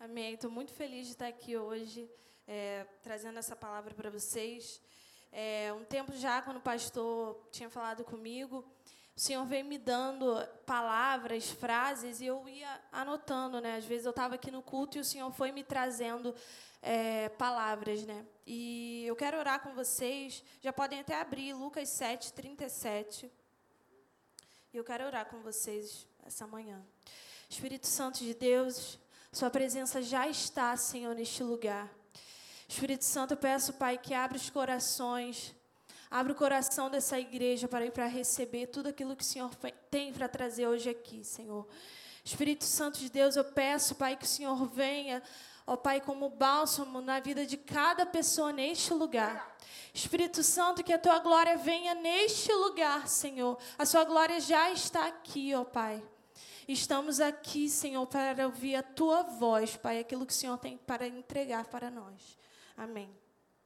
Amém. Estou muito feliz de estar aqui hoje, trazendo essa palavra para vocês. Um tempo já, quando o pastor tinha falado comigo, o Senhor veio me dando palavras, frases, e eu ia anotando, né? Às vezes eu estava aqui no culto e o Senhor foi me trazendo palavras, né? E eu quero orar com vocês. Já podem até abrir Lucas 7:37. E eu quero orar com vocês essa manhã. Espírito Santo de Deus, Sua presença já está, Senhor, neste lugar. Espírito Santo, eu peço, Pai, que abra os corações, abra o coração dessa igreja para receber tudo aquilo que o Senhor tem para trazer hoje aqui, Senhor. Espírito Santo de Deus, eu peço, Pai, que o Senhor venha, ó Pai, como bálsamo na vida de cada pessoa neste lugar. Espírito Santo, que a Tua glória venha neste lugar, Senhor. A Sua glória já está aqui, ó Pai. Estamos aqui, Senhor, para ouvir a Tua voz, Pai, aquilo que o Senhor tem para entregar para nós. Amém.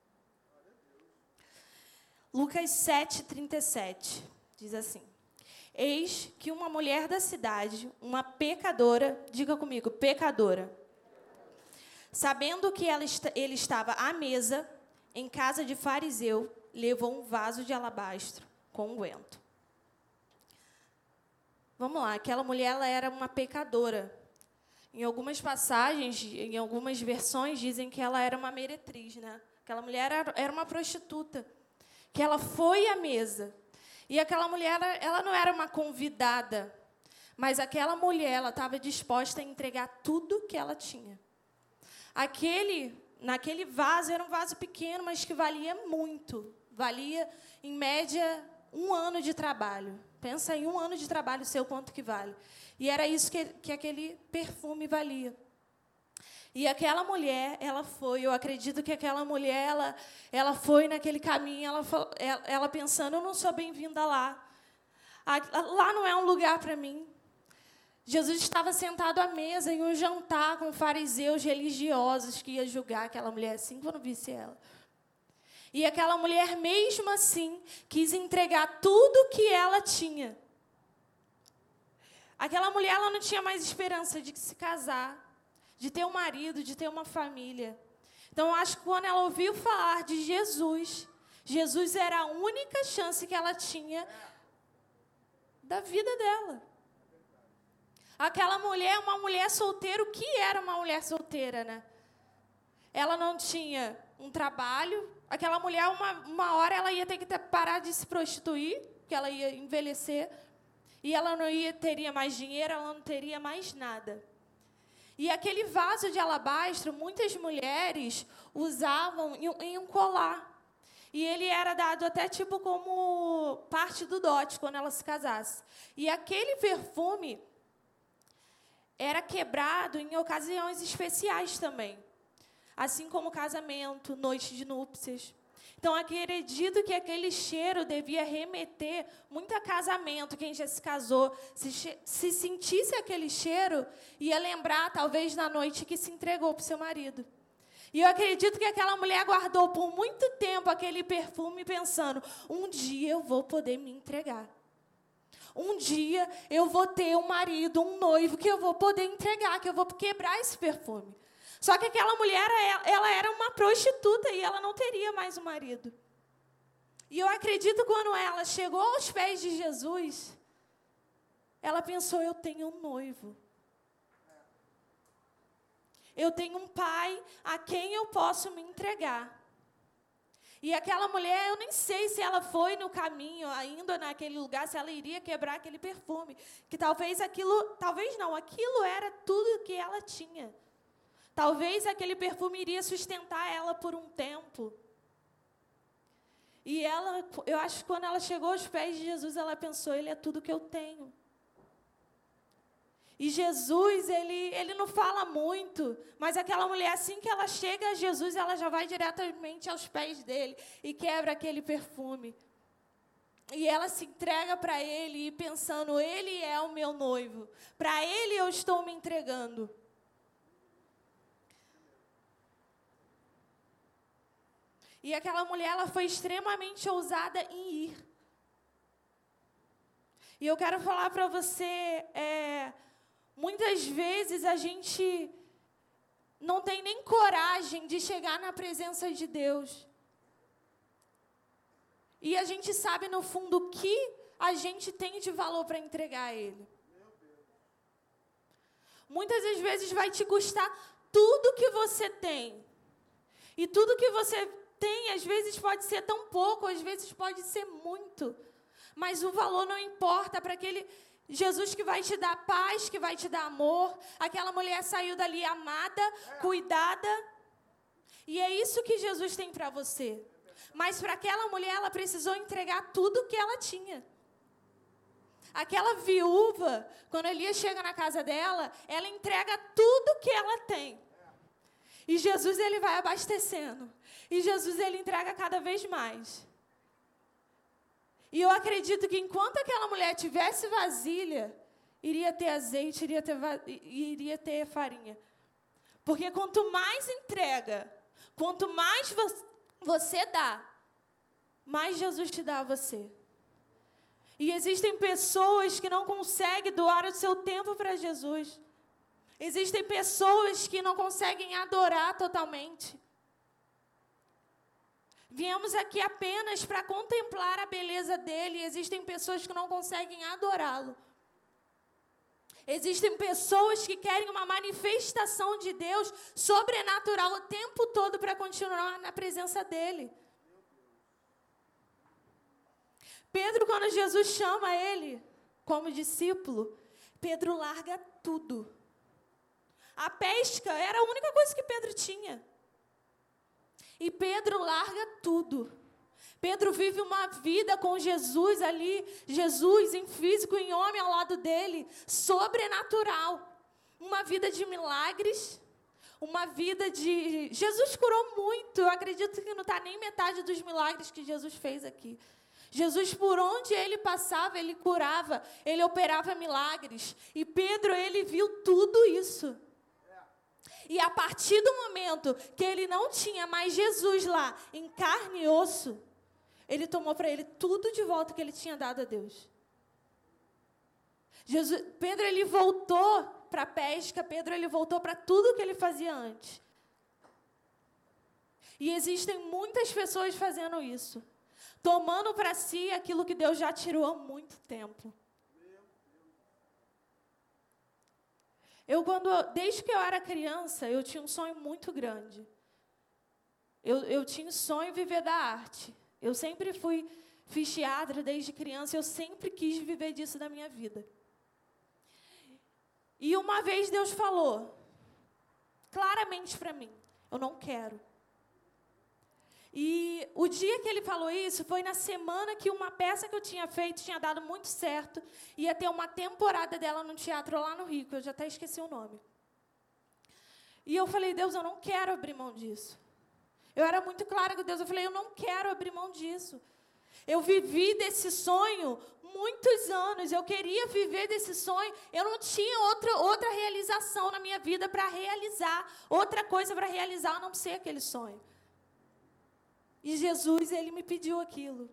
Lucas 7:37 diz assim: Eis que uma mulher da cidade, uma pecadora, diga comigo, pecadora, sabendo que ele estava à mesa, em casa de fariseu, levou um vaso de alabastro com unguento. Vamos lá, aquela mulher ela era uma pecadora. Em algumas passagens, em algumas versões, dizem que ela era uma meretriz, né? Aquela mulher era uma prostituta, que ela foi à mesa. E aquela mulher, ela não era uma convidada, mas aquela mulher, ela estava disposta a entregar tudo que ela tinha. Naquele vaso, era um vaso pequeno, mas que valia muito. Valia, em média, 1 ano de trabalho. Pensa em 1 ano de trabalho seu, quanto que vale. E era isso que aquele perfume valia. E aquela mulher, ela foi, eu acredito que aquela mulher, ela foi naquele caminho, ela pensando, eu não sou bem-vinda lá. Lá não é um lugar para mim. Jesus estava sentado à mesa em um jantar com fariseus religiosos que ia julgar aquela mulher assim quando visse ela. E aquela mulher, mesmo assim, quis entregar tudo que ela tinha. Aquela mulher, ela não tinha mais esperança de se casar, de ter um marido, de ter uma família. Então, eu acho que quando ela ouviu falar de Jesus, Jesus era a única chance que ela tinha da vida dela. Aquela mulher, uma mulher solteira, o que era uma mulher solteira, né? Ela não tinha um trabalho. Aquela mulher, uma hora, ela ia ter que parar de se prostituir, porque ela ia envelhecer, e ela não teria mais dinheiro, ela não teria mais nada. E aquele vaso de alabastro, muitas mulheres usavam em um colar. E ele era dado até tipo como parte do dote, quando ela se casasse. E aquele perfume era quebrado em ocasiões especiais também. Assim como casamento, noite de núpcias. Então, acredito que aquele cheiro devia remeter muito a casamento. Quem já se casou, se sentisse aquele cheiro, ia lembrar, talvez, na noite que se entregou para o seu marido. E eu acredito que aquela mulher guardou por muito tempo aquele perfume, pensando, um dia eu vou poder me entregar. Um dia eu vou ter um marido, um noivo, que eu vou poder entregar, que eu vou quebrar esse perfume. Só que aquela mulher, ela era uma prostituta e ela não teria mais um marido. E eu acredito que quando ela chegou aos pés de Jesus, ela pensou, eu tenho um noivo. Eu tenho um pai a quem eu posso me entregar. E aquela mulher, eu nem sei se ela foi no caminho, ainda naquele lugar, se ela iria quebrar aquele perfume. Que talvez aquilo era tudo que ela tinha. Talvez aquele perfume iria sustentar ela por um tempo. E eu acho que quando ela chegou aos pés de Jesus, ela pensou, ele é tudo que eu tenho. E Jesus, ele não fala muito, mas aquela mulher, assim que ela chega a Jesus, ela já vai diretamente aos pés dele e quebra aquele perfume. E ela se entrega para ele, e pensando, ele é o meu noivo. Para ele eu estou me entregando. E aquela mulher, ela foi extremamente ousada em ir. E eu quero falar para você, muitas vezes a gente não tem nem coragem de chegar na presença de Deus. E a gente sabe, no fundo, o que a gente tem de valor para entregar a Ele. Muitas das vezes vai te custar tudo que você tem. E tudo que você tem, às vezes pode ser tão pouco, às vezes pode ser muito. Mas o valor não importa para aquele Jesus que vai te dar paz, que vai te dar amor. Aquela mulher saiu dali amada, cuidada. E é isso que Jesus tem para você. Mas para aquela mulher, ela precisou entregar tudo que ela tinha. Aquela viúva, quando Elias chega na casa dela, ela entrega tudo que ela tem. E Jesus, ele vai abastecendo. E Jesus, ele entrega cada vez mais. E eu acredito que enquanto aquela mulher tivesse vasilha, iria ter azeite, iria ter farinha. Porque quanto mais entrega, quanto mais você dá, mais Jesus te dá a você. E existem pessoas que não conseguem doar o seu tempo para Jesus. Existem pessoas que não conseguem adorar totalmente. Viemos aqui apenas para contemplar a beleza dele. Existem pessoas que não conseguem adorá-lo. Existem pessoas que querem uma manifestação de Deus sobrenatural o tempo todo para continuar na presença dele. Pedro, quando Jesus chama ele como discípulo, Pedro larga tudo. A pesca era a única coisa que Pedro tinha. E Pedro larga tudo. Pedro vive uma vida com Jesus ali, Jesus em físico e em homem ao lado dele, sobrenatural. Uma vida de milagres, uma vida de... Jesus curou muito, eu acredito que não está nem metade dos milagres que Jesus fez aqui. Jesus, por onde ele passava, ele curava, ele operava milagres. E Pedro, ele viu tudo isso. E a partir do momento que ele não tinha mais Jesus lá, em carne e osso, ele tomou para ele tudo de volta que ele tinha dado a Deus. Pedro, ele voltou para a pesca, Pedro, ele voltou para tudo que ele fazia antes. E existem muitas pessoas fazendo isso. Tomando para si aquilo que Deus já tirou há muito tempo. Desde que eu era criança, eu tinha um sonho muito grande. Eu tinha um sonho de viver da arte. Eu sempre fiz teatro desde criança, eu sempre quis viver disso na minha vida. E uma vez Deus falou, claramente para mim, eu não quero. E o dia que ele falou isso, foi na semana que uma peça que eu tinha feito tinha dado muito certo. Ia ter uma temporada dela no teatro lá no Rio, que eu já até esqueci o nome. E eu falei, Deus, eu não quero abrir mão disso. Eu era muito clara com Deus, eu falei, eu não quero abrir mão disso. Eu vivi desse sonho muitos anos, eu queria viver desse sonho. Eu não tinha outra realização na minha vida para realizar, outra coisa para realizar, a não ser aquele sonho. E Jesus, ele me pediu aquilo.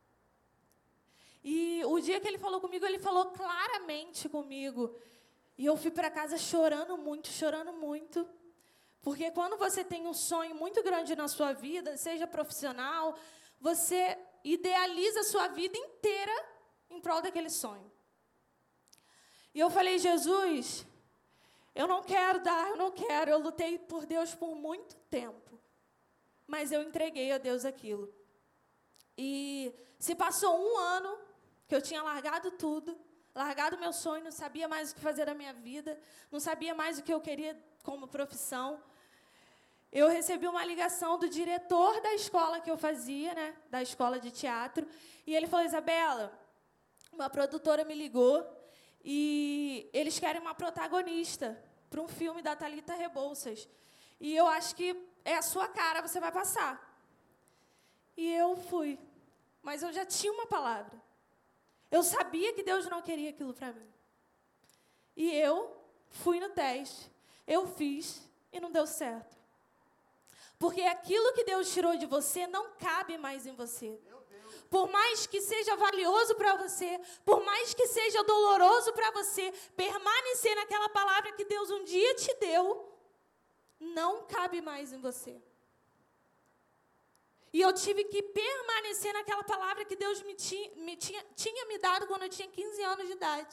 E o dia que ele falou comigo, ele falou claramente comigo. E eu fui para casa chorando muito. Porque quando você tem um sonho muito grande na sua vida, seja profissional, você idealiza a sua vida inteira em prol daquele sonho. E eu falei, Jesus, eu não quero dar, eu não quero. Eu lutei por Deus por muito tempo. Mas eu entreguei a Deus aquilo. E se passou um ano que eu tinha largado tudo, largado meu sonho, não sabia mais o que fazer da minha vida, não sabia mais o que eu queria como profissão. Eu recebi uma ligação do diretor da escola que eu fazia, né, da escola de teatro, e ele falou, Isabela, uma produtora me ligou e eles querem uma protagonista para um filme da Thalita Rebouças. E eu acho que é a sua cara, você vai passar. E eu fui. Mas eu já tinha uma palavra. Eu sabia que Deus não queria aquilo para mim. E eu fui no teste. Eu fiz e não deu certo. Porque aquilo que Deus tirou de você não cabe mais em você. Por mais que seja valioso para você, por mais que seja doloroso para você, permanecer naquela palavra que Deus um dia te deu, não cabe mais em você. E eu tive que permanecer naquela palavra que Deus tinha me dado quando eu tinha 15 anos de idade.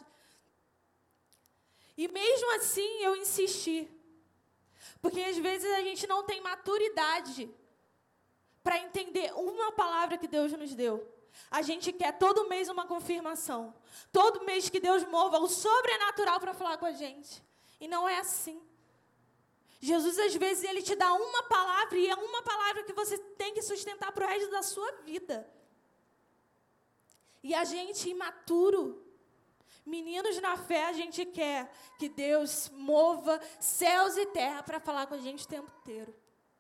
E mesmo assim eu insisti. Porque às vezes a gente não tem maturidade para entender uma palavra que Deus nos deu. A gente quer todo mês uma confirmação. Todo mês que Deus mova o sobrenatural para falar com a gente. E não é assim. Jesus, às vezes, Ele te dá uma palavra e é uma palavra que você tem que sustentar para o resto da sua vida. E a gente, imaturo, meninos na fé, a gente quer que Deus mova céus e terra para falar com a gente o tempo inteiro.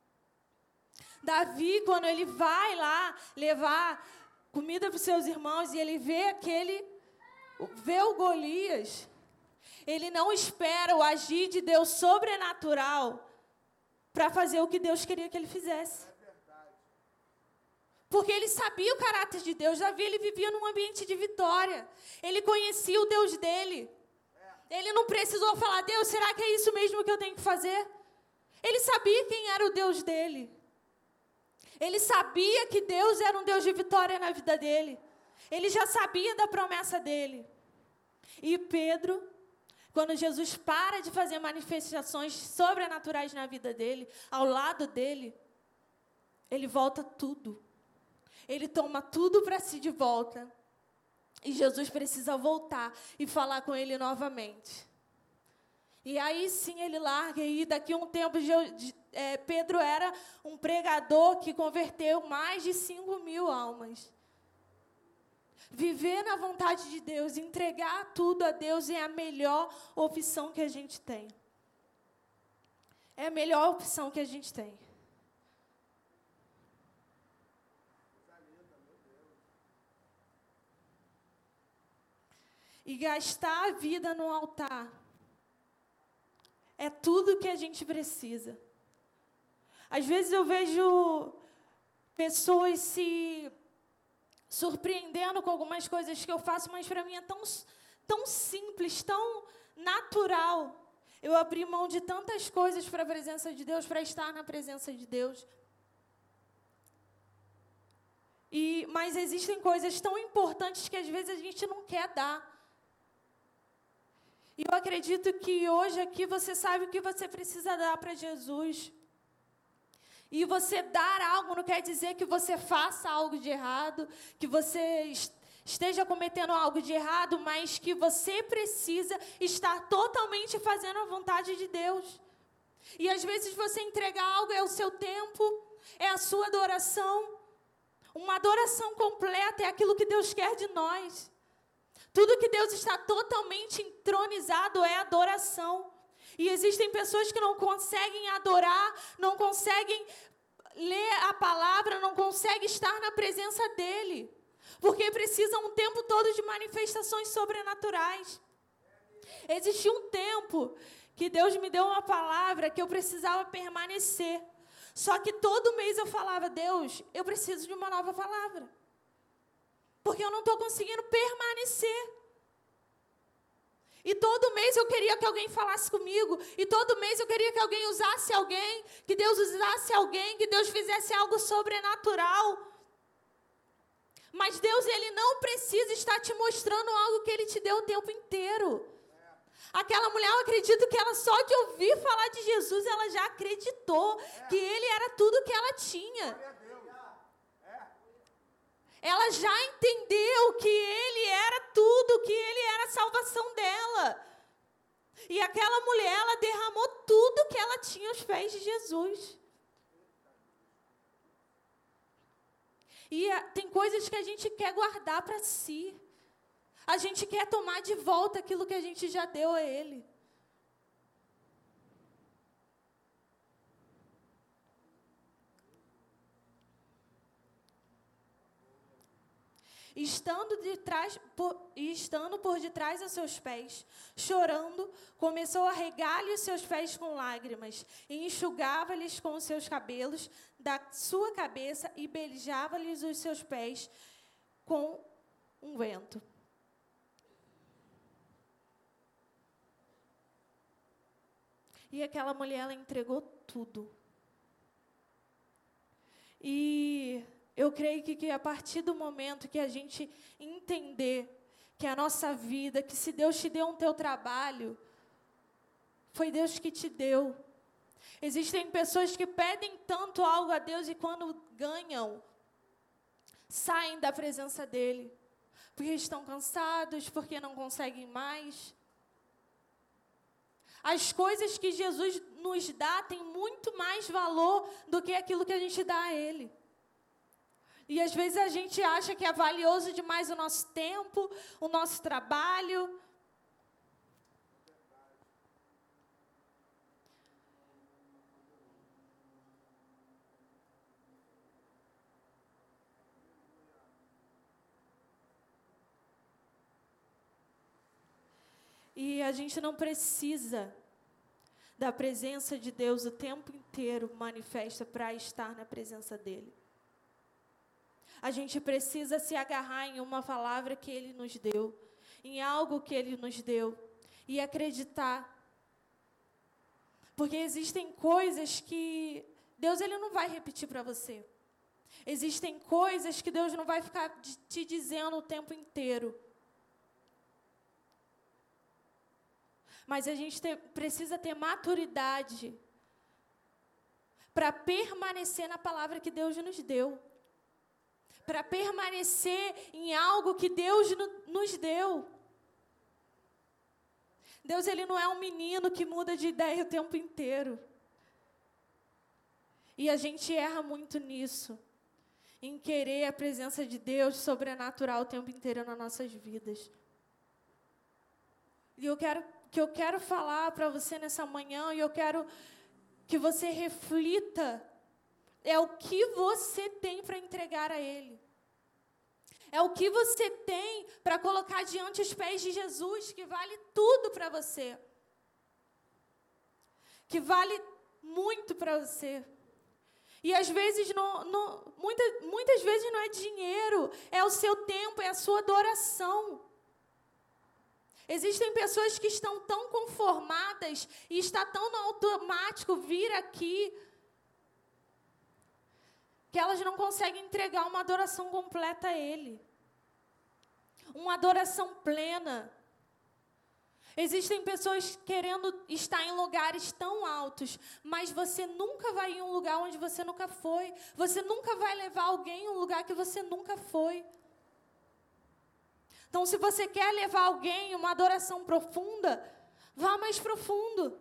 Davi, quando ele vai lá levar comida para os seus irmãos e ele vê o Golias, ele não espera o agir de Deus sobrenatural para fazer o que Deus queria que ele fizesse. Porque ele sabia o caráter de Deus. Davi, ele vivia num ambiente de vitória. Ele conhecia o Deus dele. Ele não precisou falar, Deus, será que é isso mesmo que eu tenho que fazer? Ele sabia quem era o Deus dele. Ele sabia que Deus era um Deus de vitória na vida dele. Ele já sabia da promessa dele. E Pedro, quando Jesus para de fazer manifestações sobrenaturais na vida dele, ao lado dele, ele volta tudo. Ele toma tudo para si de volta. E Jesus precisa voltar e falar com ele novamente. E aí sim ele larga, e daqui a um tempo Pedro era um pregador que converteu mais de 5.000 almas. Viver na vontade de Deus, entregar tudo a Deus é a melhor opção que a gente tem. É a melhor opção que a gente tem. E gastar a vida no altar é tudo que a gente precisa. Às vezes eu vejo pessoas se surpreendendo com algumas coisas que eu faço, mas para mim é tão simples, tão natural. Eu abri mão de tantas coisas para a presença de Deus, para estar na presença de Deus. Mas existem coisas tão importantes que às vezes a gente não quer dar. E eu acredito que hoje aqui você sabe o que você precisa dar para Jesus. E você dar algo não quer dizer que você faça algo de errado, que você esteja cometendo algo de errado, mas que você precisa estar totalmente fazendo a vontade de Deus. E às vezes você entregar algo é o seu tempo, é a sua adoração. Uma adoração completa é aquilo que Deus quer de nós. Tudo que Deus está totalmente entronizado é adoração. E existem pessoas que não conseguem adorar, não conseguem ler a palavra, não conseguem estar na presença dEle. Porque precisam o tempo todo de manifestações sobrenaturais. Existiu um tempo que Deus me deu uma palavra que eu precisava permanecer. Só que todo mês eu falava, Deus, eu preciso de uma nova palavra. Porque eu não estou conseguindo permanecer. E todo mês eu queria que alguém falasse comigo. E todo mês eu queria que alguém usasse alguém. Que Deus usasse alguém. Que Deus fizesse algo sobrenatural. Mas Deus, Ele não precisa estar te mostrando algo que Ele te deu o tempo inteiro. Aquela mulher, eu acredito que ela só de ouvir falar de Jesus, ela já acreditou que Ele era tudo que ela tinha. Ela já entendeu que Ele era tudo, que Ele era a salvação dela. E aquela mulher, ela derramou tudo que ela tinha aos pés de Jesus. E tem coisas que a gente quer guardar para si. A gente quer tomar de volta aquilo que a gente já deu a Ele. Estando por detrás dos seus pés, chorando, começou a regar-lhe os seus pés com lágrimas, e enxugava-lhes com os seus cabelos da sua cabeça, e beijava-lhes os seus pés com um vento. E aquela mulher, ela entregou tudo. E eu creio que a partir do momento que a gente entender que a nossa vida, que se Deus te deu um teu trabalho, foi Deus que te deu. Existem pessoas que pedem tanto algo a Deus e quando ganham, saem da presença dEle. Porque estão cansados, porque não conseguem mais. As coisas que Jesus nos dá têm muito mais valor do que aquilo que a gente dá a Ele. E às vezes a gente acha que é valioso demais o nosso tempo, o nosso trabalho. E a gente não precisa da presença de Deus o tempo inteiro manifesta para estar na presença dEle. A gente precisa se agarrar em uma palavra que Ele nos deu, em algo que Ele nos deu, e acreditar. Porque existem coisas que Deus ele não vai repetir para você. Existem coisas que Deus não vai ficar te dizendo o tempo inteiro. Mas a gente precisa ter maturidade para permanecer na palavra que Deus nos deu. Para permanecer em algo que Deus nos deu. Deus ele não é um menino que muda de ideia o tempo inteiro. E a gente erra muito nisso. Em querer a presença de Deus sobrenatural o tempo inteiro nas nossas vidas. E eu quero falar para você nessa manhã, e eu quero que você reflita, é o que você tem para entregar a Ele. É o que você tem para colocar diante os pés de Jesus, que vale tudo para você. Que vale muito para você. E às vezes, muitas vezes não é dinheiro, é o seu tempo, é a sua adoração. Existem pessoas que estão tão conformadas e está tão no automático vir aqui que elas não conseguem entregar uma adoração completa a Ele. Uma adoração plena. Existem pessoas querendo estar em lugares tão altos, mas você nunca vai em um lugar onde você nunca foi. Você nunca vai levar alguém em um lugar que você nunca foi. Então, se você quer levar alguém em uma adoração profunda, vá mais profundo.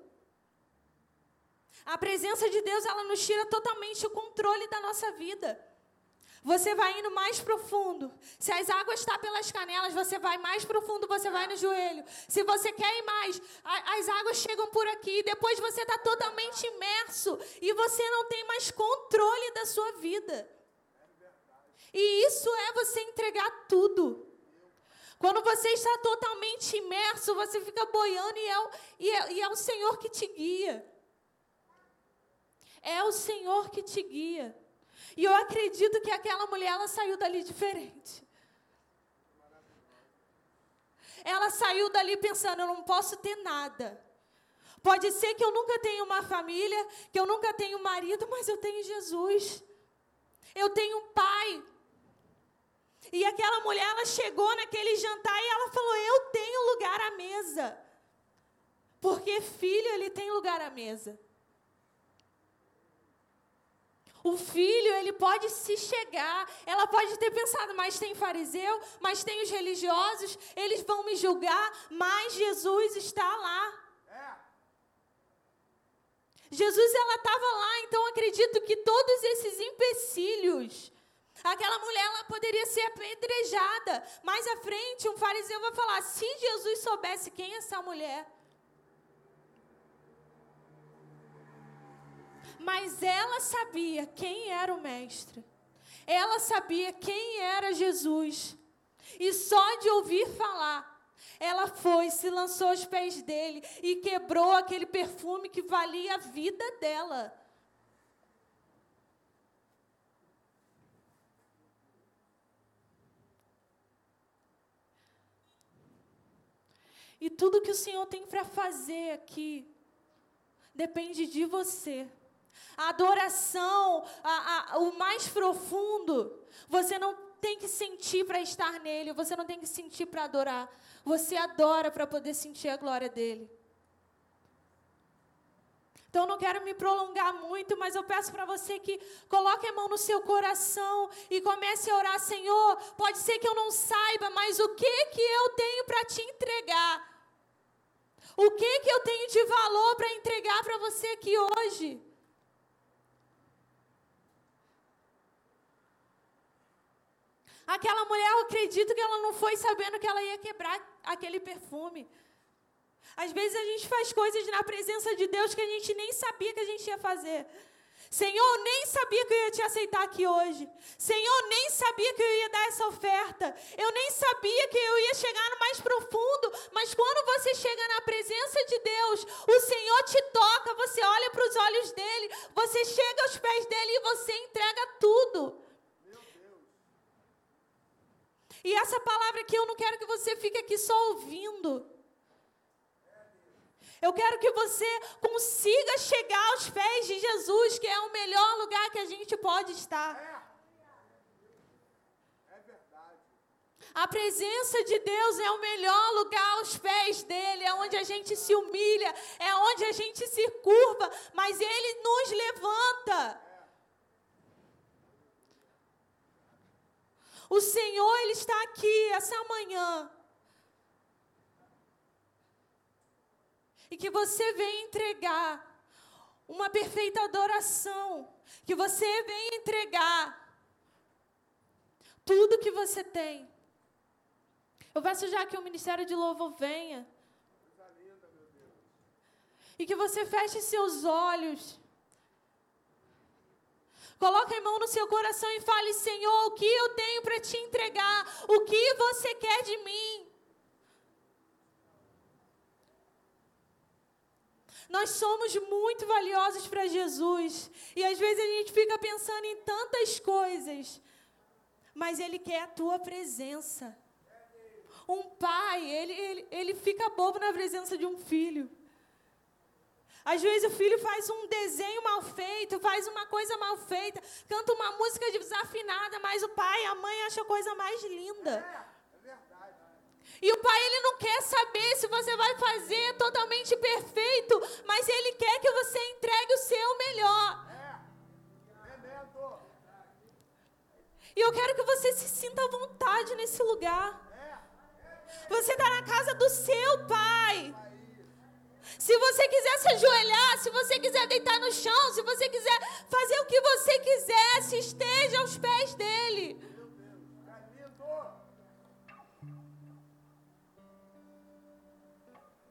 A presença de Deus, ela nos tira totalmente o controle da nossa vida. Você vai indo mais profundo. Se as águas estão pelas canelas, você vai mais profundo, você vai no joelho. Se você quer ir mais, as águas chegam por aqui. Depois você está totalmente imerso e você não tem mais controle da sua vida. E isso é você entregar tudo. Quando você está totalmente imerso, você fica boiando e é o Senhor que te guia. É o Senhor que te guia. E eu acredito que aquela mulher, ela saiu dali diferente. Ela saiu dali pensando, eu não posso ter nada. Pode ser que eu nunca tenha uma família, que eu nunca tenha um marido, mas eu tenho Jesus. Eu tenho um pai. E aquela mulher, ela chegou naquele jantar e ela falou, eu tenho lugar à mesa. Porque filho, ele tem lugar à mesa. O filho, ele pode se chegar, ela pode ter pensado, mas tem fariseu, mas tem os religiosos, eles vão me julgar, mas Jesus está lá. Jesus, ela estava lá, então acredito que todos esses empecilhos, aquela mulher, ela poderia ser apedrejada. Mais à frente, um fariseu vai falar, se Jesus soubesse quem é essa mulher. Mas ela sabia quem era o mestre. Ela sabia quem era Jesus. E só de ouvir falar, ela foi, se lançou aos pés dele e quebrou aquele perfume que valia a vida dela. E tudo que o Senhor tem para fazer aqui, depende de você. A adoração, o mais profundo, você não tem que sentir para estar nele, você não tem que sentir para adorar. Você adora para poder sentir a glória dele. Então, eu não quero me prolongar muito, mas eu peço para você que coloque a mão no seu coração e comece a orar. Senhor, pode ser que eu não saiba, mas o que eu tenho para te entregar? O que eu tenho de valor para entregar para você aqui hoje? Aquela mulher, eu acredito que ela não foi sabendo que ela ia quebrar aquele perfume. Às vezes a gente faz coisas na presença de Deus que a gente nem sabia que a gente ia fazer. Senhor, eu nem sabia que eu ia te aceitar aqui hoje. Senhor, eu nem sabia que eu ia dar essa oferta. Eu nem sabia que eu ia chegar no mais profundo. Mas quando você chega na presença de Deus, o Senhor te toca, você olha para os olhos dele, você chega aos pés dele e você entrega tudo. E essa palavra aqui, eu não quero que você fique aqui só ouvindo. Eu quero que você consiga chegar aos pés de Jesus, que é o melhor lugar que a gente pode estar. É verdade. A presença de Deus é o melhor lugar aos pés dele, é onde a gente se humilha, é onde a gente se curva, mas ele nos levanta. O Senhor, ele está aqui essa manhã. E que você venha entregar uma perfeita adoração. Que você venha entregar tudo que você tem. Eu peço já que o Ministério de Louvor venha. E que você feche seus olhos. Coloque a mão no seu coração e fale: Senhor, o que eu tenho para te entregar? O que você quer de mim? Nós somos muito valiosos para Jesus. E às vezes a gente fica pensando em tantas coisas. Mas Ele quer a tua presença. Um pai, ele fica bobo na presença de um filho. Às vezes o filho faz um desenho mal feito, faz uma coisa mal feita, canta uma música desafinada, mas o pai e a mãe acham a coisa mais linda. É verdade. E o pai, ele não quer saber se você vai fazer totalmente perfeito, mas ele quer que você entregue o seu melhor. Tremendo. E eu quero que você se sinta à vontade nesse lugar. Você está na casa do seu pai. Se você quiser se ajoelhar, se você quiser deitar no chão, se você quiser fazer o que você quiser, se esteja aos pés dele. Meu Deus.